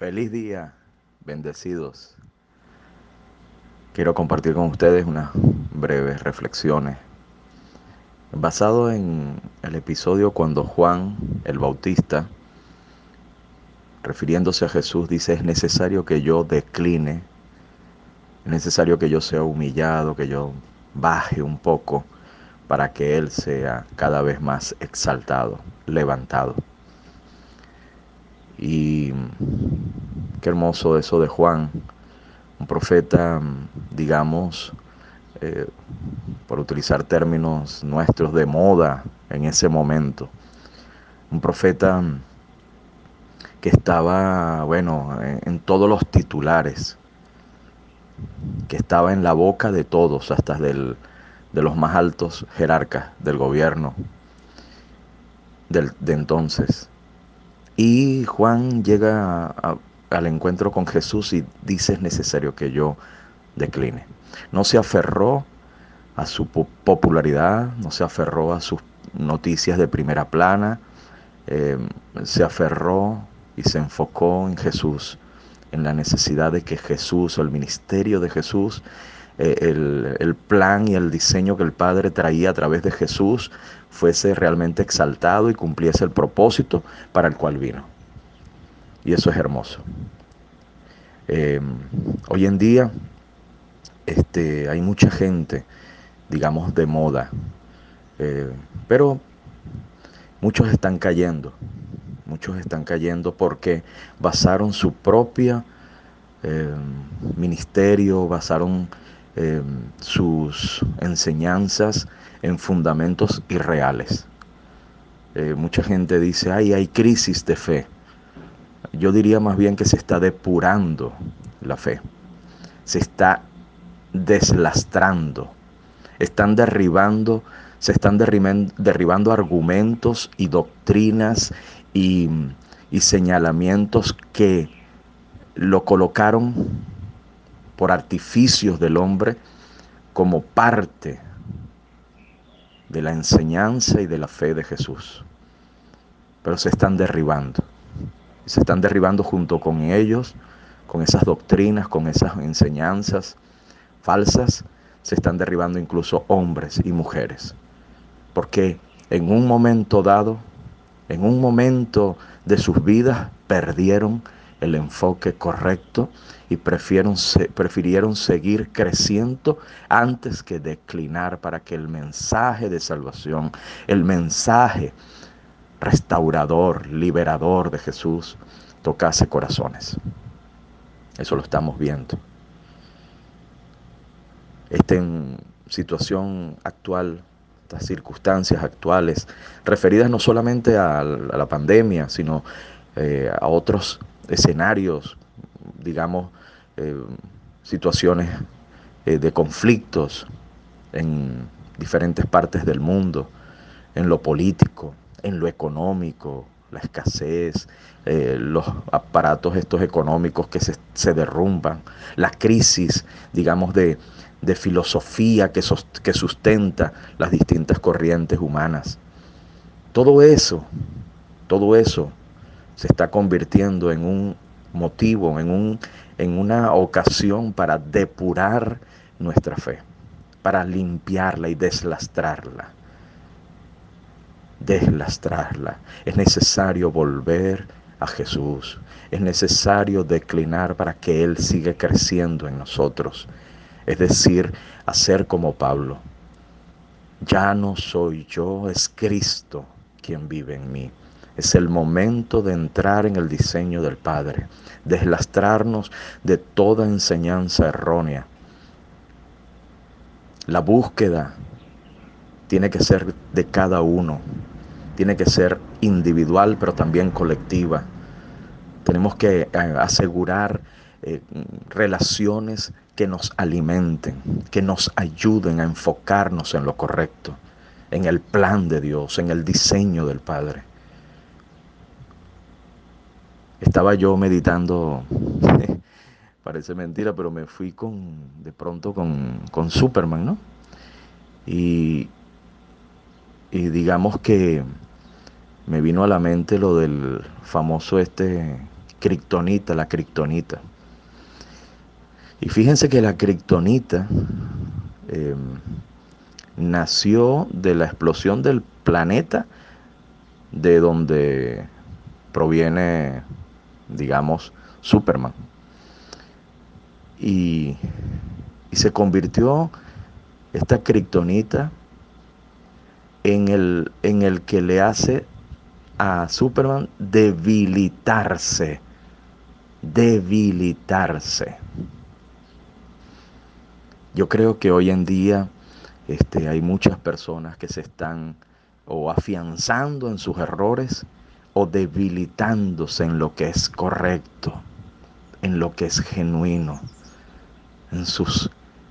Feliz día, bendecidos. Quiero compartir con ustedes unas breves reflexiones basado en el episodio cuando Juan el Bautista, refiriéndose a Jesús, dice: es necesario que yo decline, es necesario que yo sea humillado, que yo baje un poco para que Él sea cada vez más exaltado, levantado. Y qué hermoso eso de Juan, un profeta, digamos, eh, por utilizar términos nuestros de moda en ese momento. Un profeta que estaba, bueno, en todos los titulares, que estaba en la boca de todos, hasta de los más altos jerarcas del gobierno de entonces. Y Juan llega al encuentro con Jesús y dice: es necesario que yo decline. No se aferró a su popularidad, no se aferró a sus noticias de primera plana, eh, se aferró y se enfocó en Jesús, en la necesidad de que Jesús, o el ministerio de Jesús, el plan y el diseño que el Padre traía a través de Jesús fuese realmente exaltado y cumpliese el propósito para el cual vino. Y eso es hermoso. Eh, Hoy en día hay mucha gente, digamos, de moda, eh, pero muchos están cayendo porque basaron su propia eh, ministerio, basaron eh, sus enseñanzas en fundamentos irreales. Mucha gente dice: ay, hay crisis de fe. Yo diría más bien que se está depurando la fe, se está deslastrando, están derribando, se están derribando argumentos y doctrinas y, y señalamientos que lo colocaron por artificios del hombre como parte de la enseñanza y de la fe de Jesús. Pero se están derribando. Se están derribando junto con ellos, con esas doctrinas, con esas enseñanzas falsas. Se están derribando incluso hombres y mujeres. Porque en un momento dado, en un momento de sus vidas, perdieron el enfoque correcto y prefirieron seguir creciendo antes que declinar para que el mensaje de salvación, el mensaje restaurador, liberador de Jesús, tocase corazones. Eso lo estamos viendo. Esta situación actual, estas circunstancias actuales, referidas no solamente a la pandemia, sino a otros escenarios, digamos, eh, situaciones de conflictos en diferentes partes del mundo, en lo político, en lo económico, la escasez, los aparatos estos económicos que se derrumban, la crisis, digamos, de filosofía que sustenta las distintas corrientes humanas. Todo eso, todo eso se está convirtiendo en un motivo, en una ocasión para depurar nuestra fe, para limpiarla y deslastrarla. Deslastrarla. Es necesario volver a Jesús. Es necesario declinar para que Él siga creciendo en nosotros. Es decir, hacer como Pablo. Ya no soy yo, es Cristo quien vive en mí. Es el momento de entrar en el diseño del Padre, deslastrarnos de toda enseñanza errónea. La búsqueda tiene que ser de cada uno, tiene que ser individual, pero también colectiva. Tenemos que asegurar relaciones que nos alimenten, que nos ayuden a enfocarnos en lo correcto, en el plan de Dios, en el diseño del Padre. Estaba yo meditando, parece mentira, pero me fui de pronto con Superman, ¿no? Y, y digamos que me vino a la mente lo del famoso kriptonita, la kriptonita. Y fíjense que la kriptonita eh, nació de la explosión del planeta de donde proviene, digamos, Superman. Y, y se convirtió esta kriptonita en el que le hace a Superman debilitarse. Debilitarse. Yo creo que hoy en día hay muchas personas que se están o afianzando en sus errores o debilitándose en lo que es correcto, en lo que es genuino, en sus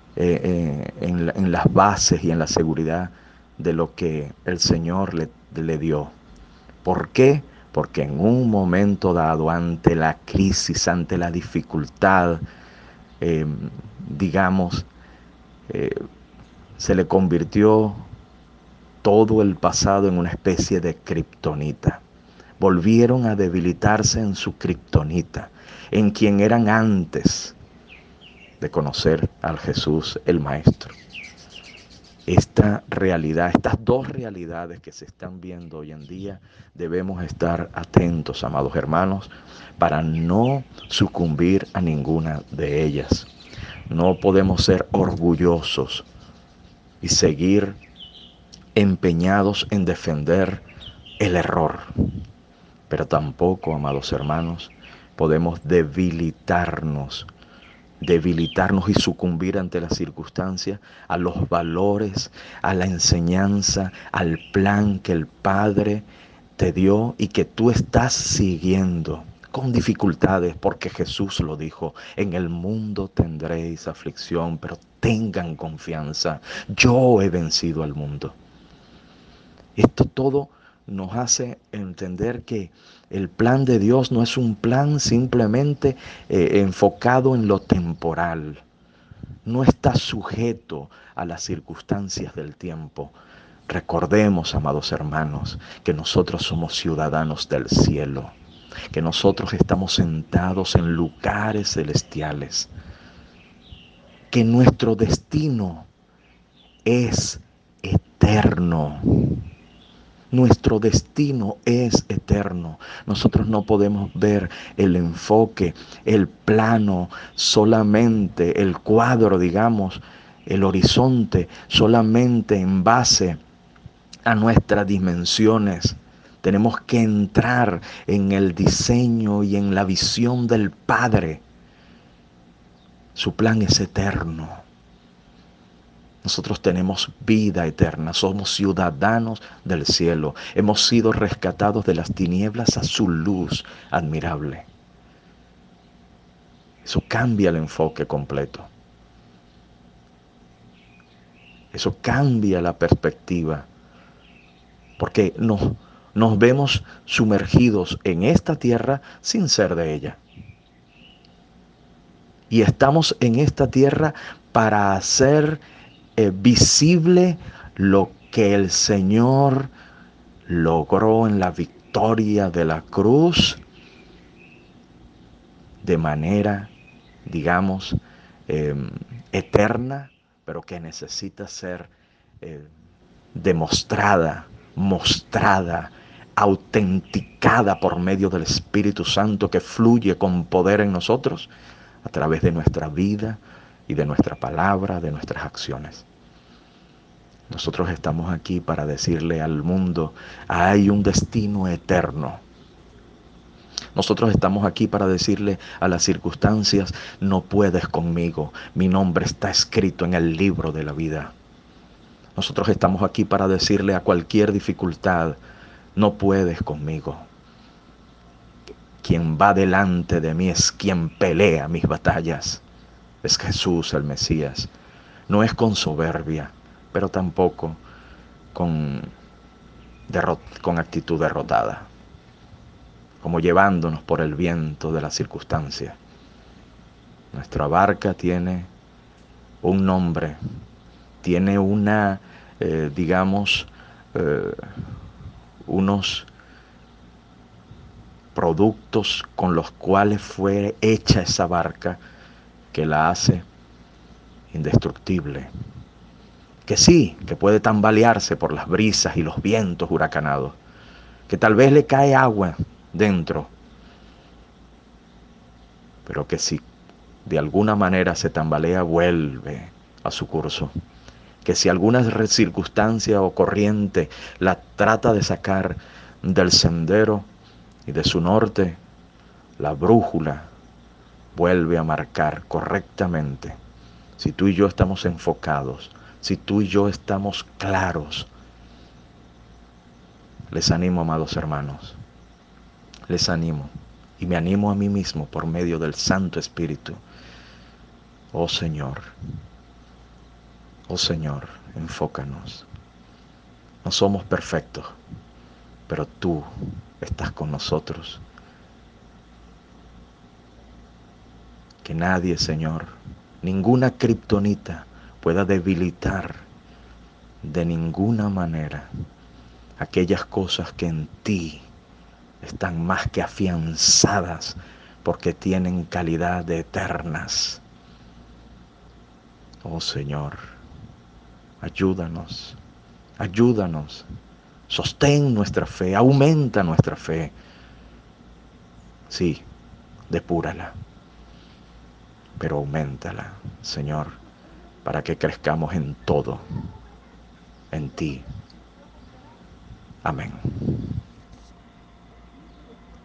en las bases y en la seguridad de lo que el Señor le dio. ¿Por qué? Porque en un momento dado, ante la crisis, ante la dificultad, eh, digamos, eh, se le convirtió todo el pasado en una especie de kriptonita. Volvieron a debilitarse en su kriptonita, en quien eran antes de conocer al Jesús el Maestro. Esta realidad, estas dos realidades que se están viendo hoy en día, debemos estar atentos, amados hermanos, para no sucumbir a ninguna de ellas. No podemos ser orgullosos y seguir empeñados en defender el error. Pero tampoco, amados hermanos, podemos debilitarnos y sucumbir ante las circunstancias, a los valores, a la enseñanza, al plan que el Padre te dio y que tú estás siguiendo con dificultades, porque Jesús lo dijo: en el mundo tendréis aflicción, pero tengan confianza, yo he vencido al mundo. Esto todo nos hace entender que el plan de Dios no es un plan simplemente enfocado en lo temporal. No está sujeto a las circunstancias del tiempo. Recordemos, amados hermanos, que nosotros somos ciudadanos del cielo, que nosotros estamos sentados en lugares celestiales, que nuestro destino es eterno. Nuestro destino es eterno. Nosotros no podemos ver el enfoque, el plano, solamente el cuadro, digamos, el horizonte, solamente en base a nuestras dimensiones. Tenemos que entrar en el diseño y en la visión del Padre. Su plan es eterno. Nosotros tenemos vida eterna, somos ciudadanos del cielo, hemos sido rescatados de las tinieblas a su luz admirable. Eso cambia el enfoque completo. Eso cambia la perspectiva, porque nos vemos sumergidos en esta tierra sin ser de ella. Y estamos en esta tierra para hacer visible lo que el Señor logró en la victoria de la cruz de manera, digamos, eterna, pero que necesita ser demostrada, mostrada, autenticada por medio del Espíritu Santo que fluye con poder en nosotros a través de nuestra vida y de nuestra palabra, de nuestras acciones. Nosotros estamos aquí para decirle al mundo: hay un destino eterno. Nosotros estamos aquí para decirle a las circunstancias: no puedes conmigo, mi nombre está escrito en el libro de la vida. Nosotros estamos aquí para decirle a cualquier dificultad: no puedes conmigo. Quien va delante de mí es quien pelea mis batallas. Es Jesús el Mesías. No es con soberbia, pero tampoco con actitud derrotada, como llevándonos por el viento de la circunstancia. Nuestra barca tiene un nombre, tiene una, digamos, unos productos con los cuales fue hecha esa barca que la hace indestructible. Que sí, que puede tambalearse por las brisas y los vientos huracanados, que tal vez le cae agua dentro, pero que si de alguna manera se tambalea, vuelve a su curso. Que si alguna circunstancia o corriente la trata de sacar del sendero y de su norte, la brújula vuelve a marcar correctamente. Si tú y yo estamos enfocados, si tú y yo estamos claros, les animo, amados hermanos, les animo y me animo a mí mismo por medio del Santo Espíritu. Oh Señor, oh Señor, enfócanos. No somos perfectos, pero tú estás con nosotros. Que nadie, Señor, ninguna kriptonita pueda debilitar de ninguna manera aquellas cosas que en ti están más que afianzadas porque tienen calidad de eternas. Oh Señor, ayúdanos, ayúdanos, sostén nuestra fe, aumenta nuestra fe. Sí, depúrala, pero auméntala, Señor, para que crezcamos en todo, en ti. Amén.